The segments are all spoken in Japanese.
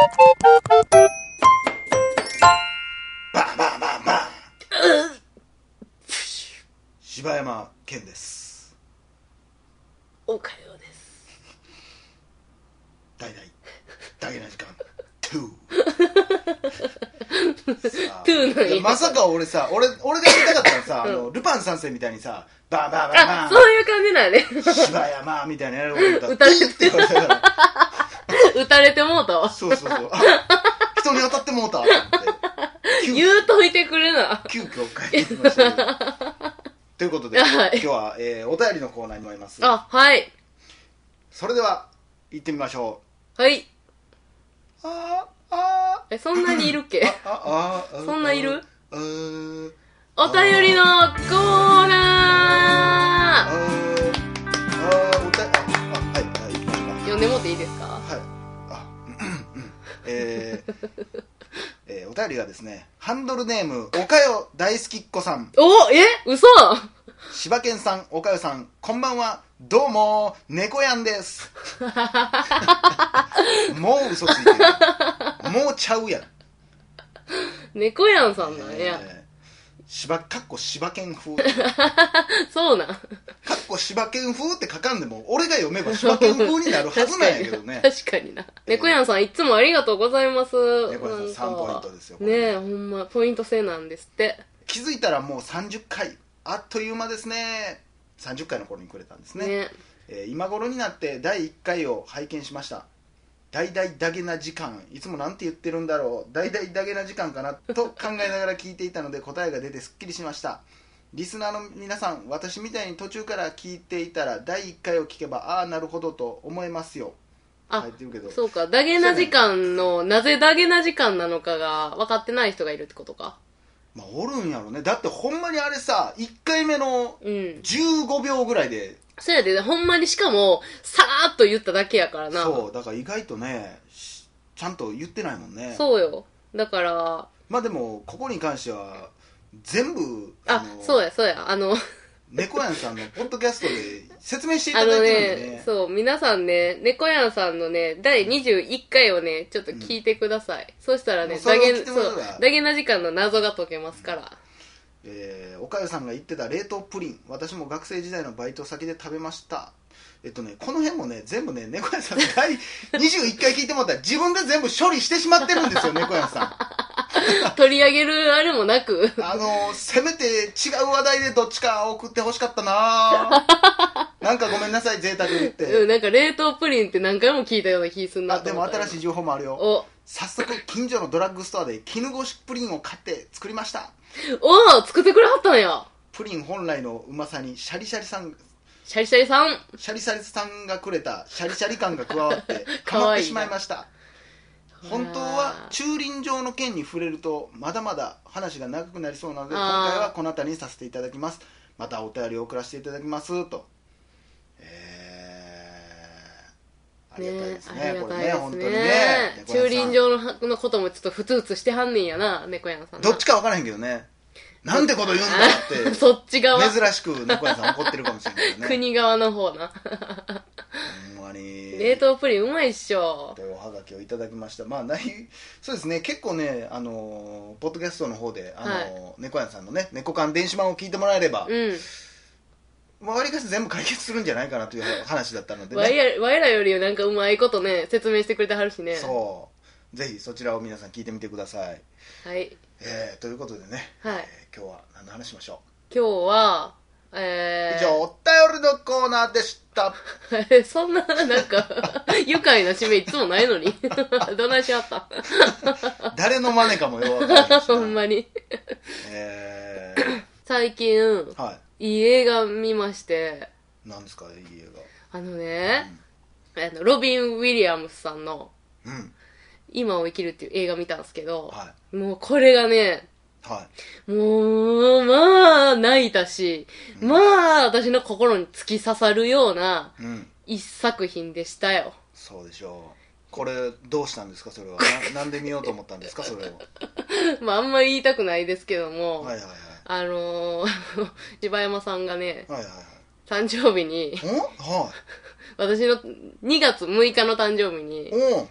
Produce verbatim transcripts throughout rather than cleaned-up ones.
バンバンバンバン。柴山健です。 おかようです。 大々大げな時間トゥートゥーの言い方。 まさか俺さ、俺俺が言いたかったらさ、うん、あのルパン三世みたいにさ、バンバンバンバン、 あ、そういう感じなんね。 柴山みたいなやること打たれてって言われたから打たれてもうたわ。 そうそうそう。あ、人に当たってもうたと思って。 言うといてくれな。 急遽帰ってきましたけど。ということで、 はい、 今日は、えー、お便りのコーナーに参ります。 あ、はい。 それでは行ってみましょう。はい。 あーあーえ、そんなにいるっけ？ あああそんないる？ あーお便りのコーナー。 あーあーおたああはいはい行きましょうか。 読んでもっていいですか？ はい。あうんうんえーえー、お便りがですね、ハンドルネームおかよ大好きっ子さん。 お、え、嘘。 柴犬さん、おかよさん、こんばんは。どうも猫やんです。もう嘘ついてる。もうちゃうやん。 猫やんさんなんや。 えー柴かっこ柴犬風そうなん。 かっこ柴犬風って書かんでも俺が読めば柴犬風になるはずなんやけどね。 確かにな。猫やんさんいつもありがとうございます。 猫やんさんさんポイントですよ。 ねえ、ほんまポイント制なんですって。 気づいたらもうさんじゅっかい、あっという間ですね。さんじゅっかいの頃にくれたんですね。ねえー、今頃になってだいいっかいを拝見しました。大々だげな時間、いつもなんて言ってるんだろう、大々だげな時間かなと考えながら聞いていたので答えが出てすっきりしました。リスナーの皆さん、私みたいに途中から聞いていたらだいいっかいを聞けばああなるほどと思えますよ。 あ、 入ってるけど、 そうか、だげな時間の、なぜだげな時間なのかが分かってない人がいるってことか。 まあ、おるんやろね。だってほんまにあれさ、いっかいめのじゅうごびょうぐらいで、うん、 そうやで、ほんまにしかもさーっと言っただけやからな。 そうだから意外とね、ちゃんと言ってないもんね。 そうよ。だからまあでもここに関しては全部ああそうやそうやあの猫やんさんのポッドキャストで説明していただいてるんでね。 あのね、そう皆さんね、猫やんさんのねだいにじゅういっかいをねちょっと聞いてください。うん、そうしたらねだげそうだげな時間の謎が解けますから。うん、 えー、おかゆさんが言ってた冷凍プリン、私も学生時代のバイト先で食べました。えっとね、この辺もね全部ね猫やんさんのだいにじゅういっかい聞いてもらったら自分で全部処理してしまってるんですよ猫やんさん。 取り上げるあれもなくあのせめて違う話題でどっちか送ってほしかったな。なんかごめんなさい贅沢言って、 うん、なんか冷凍プリンって何回も聞いたような気すんな。 あでも新しい情報もあるよ。お早速近所のドラッグストアで絹ごしプリンを買って作りました。 おお作ってくれはったんや。 プリン本来のうまさにシャリシャリさんシャリシャリさんシャリシャリさんがくれたシャリシャリ感が加わってハマってしまいました。本当は駐輪場の件に触れるとまだまだ話が長くなりそうなので今回はこの辺りにさせていただきます。またお便りを送らせていただきますと。えー、ありがたいですね。 ね、 これね本当にね。 駐輪場 の, のこともちょっとふつふつしてはんねんやな猫やんさん。 どっちか分からへんけどね。なんてこと言うんだってそっち側珍しく猫屋さん怒ってるかもしれないけどね。 国側の方な。 ほんまに冷凍プリンうまいっしょ。 というおはがきをいただきました。まあないそうですね、結構ねあのポッドキャストの方であの、はい、猫屋さんのね猫缶電子版を聞いてもらえれば、うん、まあ、割りかし全部解決するんじゃないかなという話だったのでね。 わいらよりなんかうまいことね説明してくれてはるしね。 そうぜひそちらを皆さん聞いてみてください。 はい、 えー、ということでね、はい、えー、今日は何の話しましょう。今日は、えー、 以上お便りのコーナーでした。 そんななんか愉快な締めいつもないのにどないしはった誰の真似かもよくわからないしな。 ほんまに、 えー、 最近、はい、いい映画見まして。 何ですかいい映画。あのね、うん、あのロビン・ウィリアムスさんの、うん今を生きるっていう映画見たんですけど、はい、もうこれがね、はい、もうまあ泣いたし、うん、まあ私の心に突き刺さるような一作品でしたよ。 うん、そうでしょう。これどうしたんですかそれは。 な, なんで見ようと思ったんですかそれを。 まああんまり言いたくないですけども、 はいはいはい、 あのー、柴山さんがね、はいはいはい、誕生日に、 はい、 私のにがつむいかの誕生日に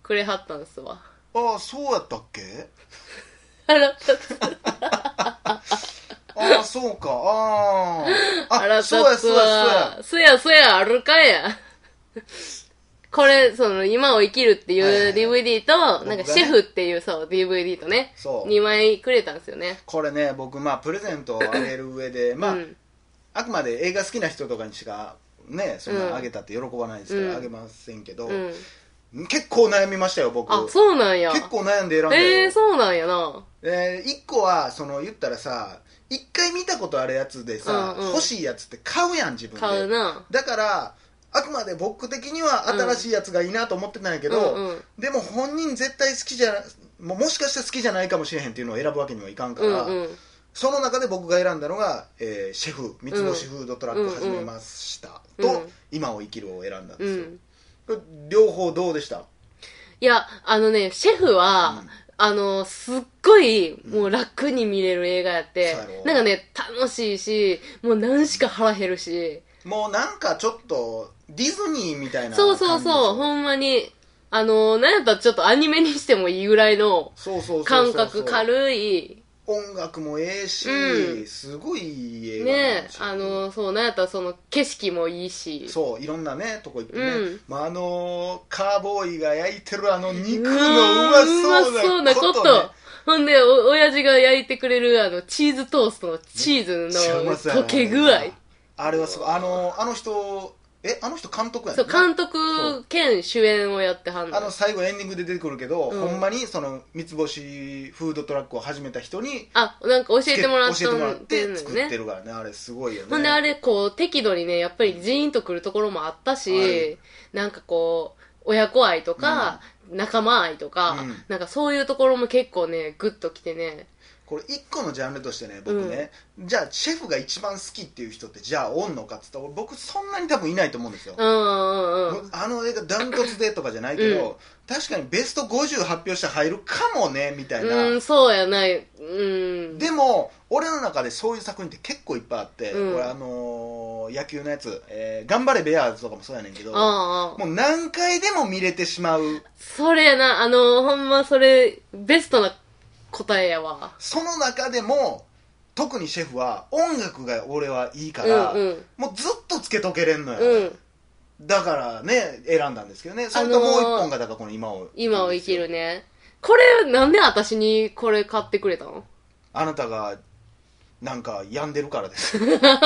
くれはったんですわ。 ああ、そうやったっけ。 腹立つ。 ああ、そうか。ああ。 腹立つわ。そうや、そうや、そうや。そうや、あるかや。これ、その、今を生きるっていう ディーブイディー と、はいはいはい、なんか、シェフっていう、そう、ディーブイディー とね、そうにまいくれたんですよね。 これね、僕、まあ、プレゼントをあげる上で、まあ、うん、あくまで映画好きな人とかにしか、ね、そんなあげたって喜ばないですから、うん、あげませんけど、うん、結構悩みましたよ、僕。 あ、そうなんや。 結構悩んで選んだよ。 えー、そうなんやな。 えー、一個は、その、言ったらさ、一回見たことあるやつでさ、うんうん、欲しいやつって買うやん、自分で。 買うな。 だから、あくまで僕的には新しいやつがいいなと思ってたんやけど、うんうん、でも本人絶対好きじゃももしかしたら好きじゃないかもしれへんっていうのを選ぶわけにはいかんから、うんうん、その中で僕が選んだのが、えー、シェフ三つ星フードトラック始めました、うんうん、と、今を生きるを選んだんですよ、うん、両方どうでした？ いや、あのね、シェフは、うん、あの、すっごい、もう楽に見れる映画やって、うん、なんかね、楽しいし、もう何しか腹減るし、 もうなんかちょっと、ディズニーみたいな感じ。そうそうそう、ほんまに、あの、なんやったらちょっとアニメにしてもいいぐらいの、感覚軽い。 音楽もええし、うん、すごいいい映画なんですよね。ね、あの、そう、なんやったらその景色もいいし。 そう、いろんなね、とこ行ってね。うん、まあ、あの、カーボーイが焼いてるあの肉のうまそうなこと、ね、うまそうなこと。 ほんで、お、親父が焼いてくれるあの、チーズトーストのチーズの溶け具合。 あれはすごい。あの、あの人、え、あの人監督やねんな。そう、監督兼主演をやってはんの。 あの、最後エンディングで出てくるけど、うん、ほんまにその、三つ星フードトラックを始めた人に、 あ、なんか教えてもらったん、ね、 教えてもらって作ってるからね、あれすごいよね。 ほんであれ、こう、適度にね、やっぱりジーンとくるところもあったし、うん、なんかこう、親子愛とか、うん、仲間愛とか、うん、なんかそういうところも結構ね、グッときてね、 これ一個のジャンルとしてね、僕ね、うん、じゃあシェフが一番好きっていう人ってじゃあおんのかっつったら僕そんなに多分いないと思うんですよ、 うんうんうん、 あの映画ダントツでとかじゃないけど、うん、確かにベストごじゅう発表して入るかもねみたいな、 うん、そうやない、うん、 でも俺の中でそういう作品って結構いっぱいあって、うん、これあのー、野球のやつ、えー、頑張れベアーズとかもそうやねんけど、もう何回でも見れてしまう。 それやな、あのー、ほんまそれベストな答えやわ。 その中でも特にシェフは音楽が俺はいいから、うんうん、もうずっとつけとけれんのよ、うん、だからね選んだんですけどね。それともう一本がだからこの今を今を生きるね。これなんで私にこれ買ってくれたの？ あなたがなんか病んでるからです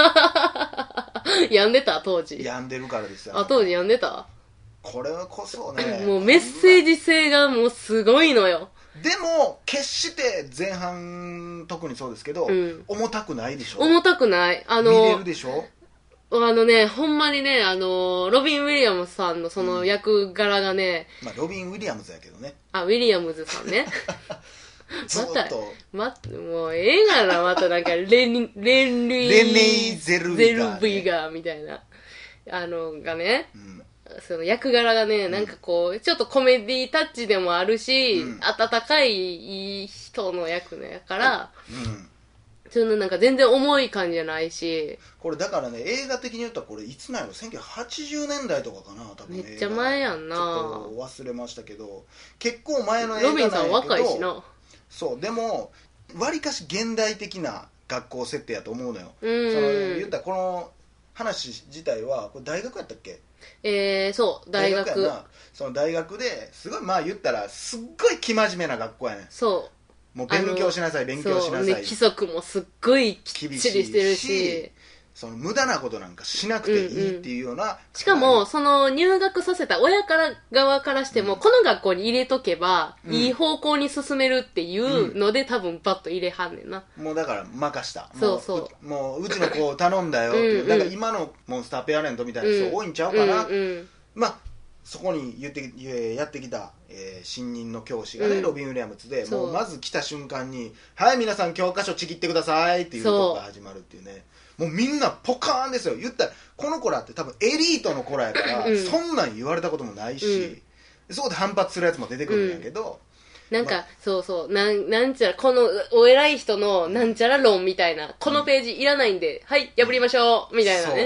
病んでた当時。 病んでるからですよ。 あ、当時病んでた。 これこそねもうメッセージ性がもうすごいのよ。 でも決して前半特にそうですけど、うん、重たくないでしょ。 重たくない。あの見れるでしょ。 あのね、ほんまにね、あのロビン・ウィリアムズさんのその役柄がね、 うん、まあロビン・ウィリアムズやけどね。 あ、ウィリアムズさんねずっとまた、ま、もうええがな、またなんかレンレンリレネイ・ゼルビガー、ね、 ゼルビガーみたいなあのがね、うん、その役柄がね、なんかこうちょっとコメディタッチでもあるし、うん、温かいいい人の役のやから、うん、そのなんか全然重い感じじゃないし、 これだからね映画的に言ったらこれいつなのせんきゅうひゃくはちじゅうねんだいとかかな多分。 めっちゃ前やんな。ちょっと忘れましたけど結構前の映画なんやけど。 ロビンさん若いしな。 そうでもわりかし現代的な学校設定やと思うのよ。うんその言ったらこの話自体はこれ大学やったっけ。 えー、そう大学、大学やな。その大学ですごいまあ言ったらすっごい生真面目な学校やねん。 そうもう勉強しなさい勉強しなさい、ね、 規則もすっごいきっちりしてるしその無駄なことなんかしなくていいっていうような、うんうん、 しかもその入学させた親から側からしても、うん、この学校に入れとけば、うん、いい方向に進めるっていうので、うん、多分バッと入れはんねんな。 もうだから任したそうそうもううちの子を頼んだよっていううん、なんか今のモンスターペアレントみたいな人多いんちゃうかな、うんうんうん、まあそこに言ってやってきた、えー、新任の教師がね、うん、ロビン・ウィリアムズでもうまず来た瞬間にはい皆さん教科書ちぎってくださいっていうところが始まるっていうね。もうみんなポカーンですよ。言ったらこの子らって多分エリートの子らやから、うん、そんなん言われたこともないし、うん、そこで反発するやつも出てくるんやけど、 うん、なんか、まあ、そうそうなん、なんちゃらこのお偉い人のなんちゃら論みたいな、このページいらないんではい破りましょうみたいなね。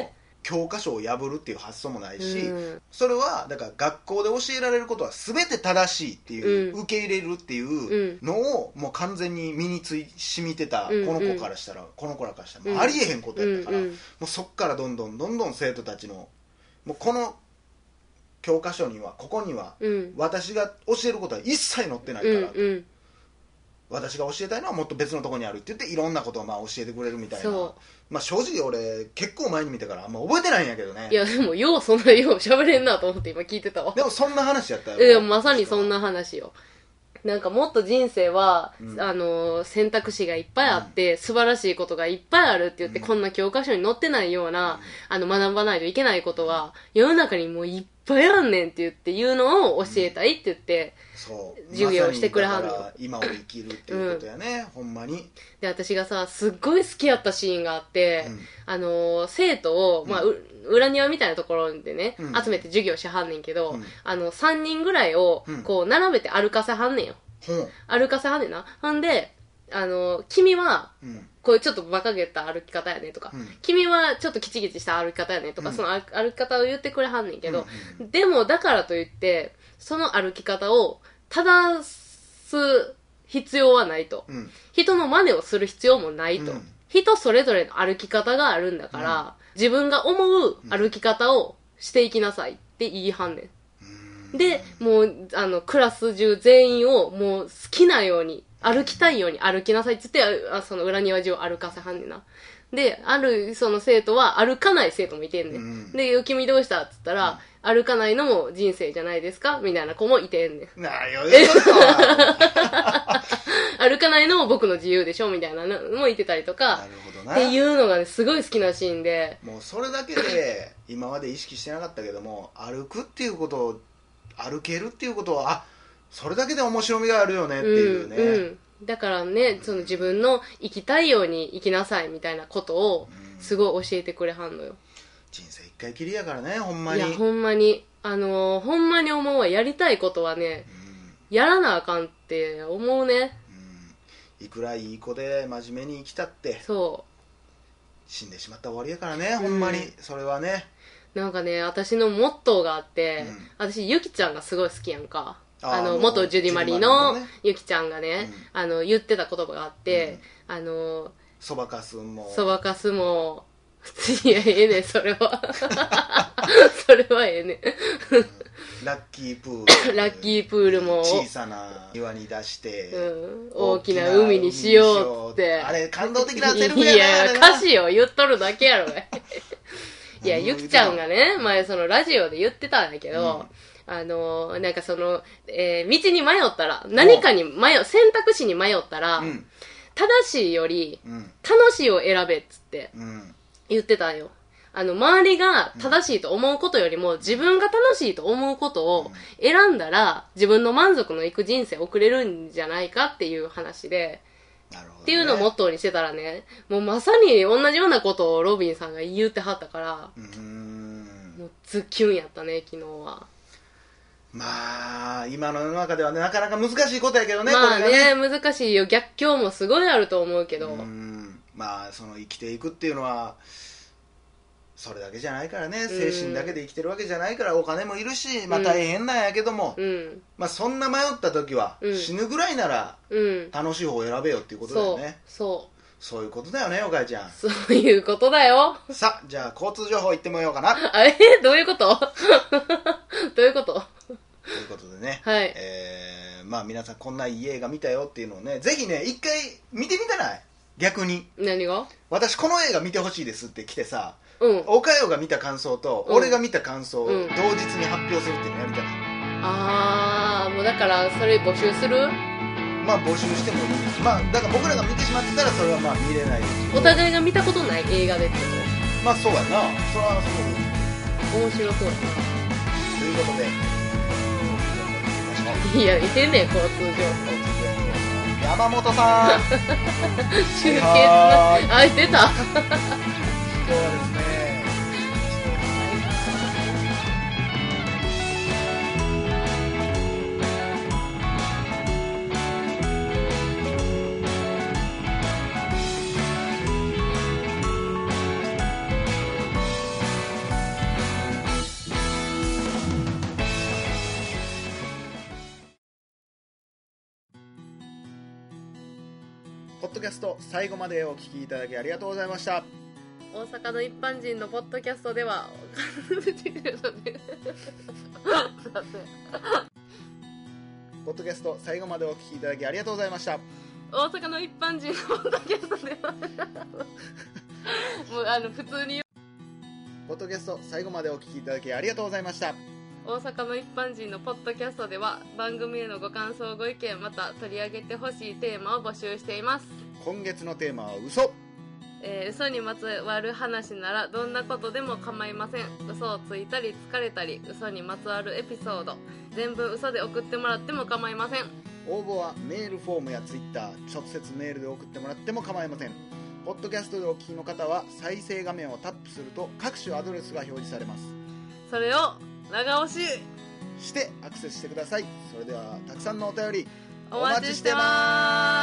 教科書を破るっていう発想もないし、 うん、 それはだから学校で教えられることは全て正しいっていう、うん、受け入れるっていうのをもう完全に身につい染みてたこの子からしたら、うん、この子らからしたら、うん、ありえへんことやったから、うんうん、もうそっからどんどんどんどん生徒たちのもうこの教科書にはここには私が教えることは一切載ってないから、うんうん、私が教えたいのはもっと別のところにあるって言っていろんなことをまあ教えてくれるみたいな、まあ、正直俺結構前に見たからあんま覚えてないんやけどね。 いやでもようそんなよう喋れんなと思って今聞いてたわ。 でもそんな話やったよ。 でもまさにそんな話よ。なんかもっと人生は、うん、あの選択肢がいっぱいあって、うん、素晴らしいことがいっぱいあるって言って、うん、こんな教科書に載ってないような、うん、あの学ばないといけないことは世の中にもういっぱいあんねんって言って言うのを教えたいって言って、 そう授業をしてくれはんの、 ま、今を生きるっていうことやね、うん、ほんまに。 で私がさすっごい好きやったシーンがあって、うん、あの生徒を、まあ、うん、裏庭みたいなところでね、うん、集めて授業しはんねんけど、うん、あのさんにんぐらいをこう並べて歩かせはんねんよ、うん、歩かせはんねんな。ほんであの君は、うんこれちょっと馬鹿げた歩き方やねとか、うん、君はちょっとキチキチした歩き方やねとか、うん、その歩き方を言ってくれはんねんけど、うんうん、でもだからといってその歩き方を正す必要はないと、うん、人の真似をする必要もないと、うん、人それぞれの歩き方があるんだから、うん、自分が思う歩き方をしていきなさいって言いはんねん、うん、でもうあのクラス中全員をもう好きなように歩きたいように歩きなさいって言ってあその裏庭中を歩かせはんねんな。であるその生徒は歩かない生徒もいてんねん、うん、で君どうしたって言ったら、うん、歩かないのも人生じゃないですかみたいな子もいてんねん。 なあよよ歩かないのも僕の自由でしょみたいなのもいてたりとか、 なるほどなっていうのがねすごい好きなシーンで、 もうそれだけで今まで意識してなかったけども歩くっていうことを歩けるっていうことはあそれだけで面白みがあるよねっていうね、 うんうんだからね、その自分の生きたいように生きなさいみたいなことをすごい教えてくれはんのよ。 人生一回きりやからね、ほんまに。 いや、ほんまに。あのー、ほんまに思うわ。やりたいことはね、うん、やらなあかんって思うね、 うん。いくらいい子で真面目に生きたって、 そう。 死んでしまったら終わりやからね、ほんまに。うん、それはね。 なんかね、私のモットーがあって、うん、私、ゆきちゃんがすごい好きやんか。あの元ジュディマリのゆきちゃんがね、うん、あの言ってた言葉があって、うん、あのそばかすもそばかすもいやええねんそれはそれはええねんラッキープールラッキープールも小さな岩に出して、 うん、大きな海にしようってあれ感動的なセリフやな。 いや歌詞を言っとるだけやろいやゆきちゃんがね前そのラジオで言ってたんだけど、うんあのー、なんかその、えー、道に迷ったら、何かに迷う、選択肢に迷ったら、うん、正しいより、うん、楽しいを選べっつって言ってたよ。あの、周りが正しいと思うことよりも、自分が楽しいと思うことを選んだら、自分の満足のいく人生を送れるんじゃないかっていう話で、 なるほどね、 っていうのをモットーにしてたらね、もうまさに同じようなことをロビンさんが言ってはったから、うーんもうズッキュンやったね、昨日は。 まあ今の世の中では、ね、なかなか難しいことやけどね。 まあね、 これね難しいよ。逆境もすごいあると思うけど、 うんまあその生きていくっていうのはそれだけじゃないからね。精神だけで生きてるわけじゃないから、お金もいるし、まあ大変なんやけども、うん、まあそんな迷った時は、うん、死ぬぐらいなら楽しい方を選べよっていうことだよね。 そうそういうことだよね、おかえちゃん。 そういうことだよ。 さあ、じゃあ交通情報いってみようかな。 あえどういうことどういうことということでね、 はいえー、まあ皆さんこんないい映画見たよっていうのをね、ぜひね、一回見てみたない？逆に。 何が？ 私この映画見てほしいですって来てさ、 うん、 おかよが見た感想と、うん、俺が見た感想を同日に発表するっていうのやりたい。 あー、もうだからそれ募集する？ まあ募集してもいい。まあだから僕らが見てしまってたらそれはまあ見れないですけど。 お互いが見たことない映画でってこと？ まあそうやな。それはそう。面白そうやな。 ということで。 いや、見てんねん、交通情報。 山本さん中継つなあ、出た今日はですねポッドキャスト最後までお聞きいただきありがとうございました。 大阪の一般人のポッドキャストではポッドキャスト最後までお聞きいただきありがとうございました。 大阪の一般人のポッドキャストではもうあの普通にポッドキャスト最後までお聞きいただきありがとうございました。 大阪の一般人のポッドキャストでは番組へのご感想ご意見また取り上げてほしいテーマを募集しています。 今月のテーマは嘘、 えー、嘘にまつわる話ならどんなことでも構いません。嘘をついたり疲れたり嘘にまつわるエピソード全部嘘で送ってもらっても構いません。 応募はメールフォームやツイッター直接メールで送ってもらっても構いません。ポッドキャストでお聞きの方は再生画面をタップすると各種アドレスが表示されます。 それを長押ししてアクセスしてください。それではたくさんのお便りお待ちしてます。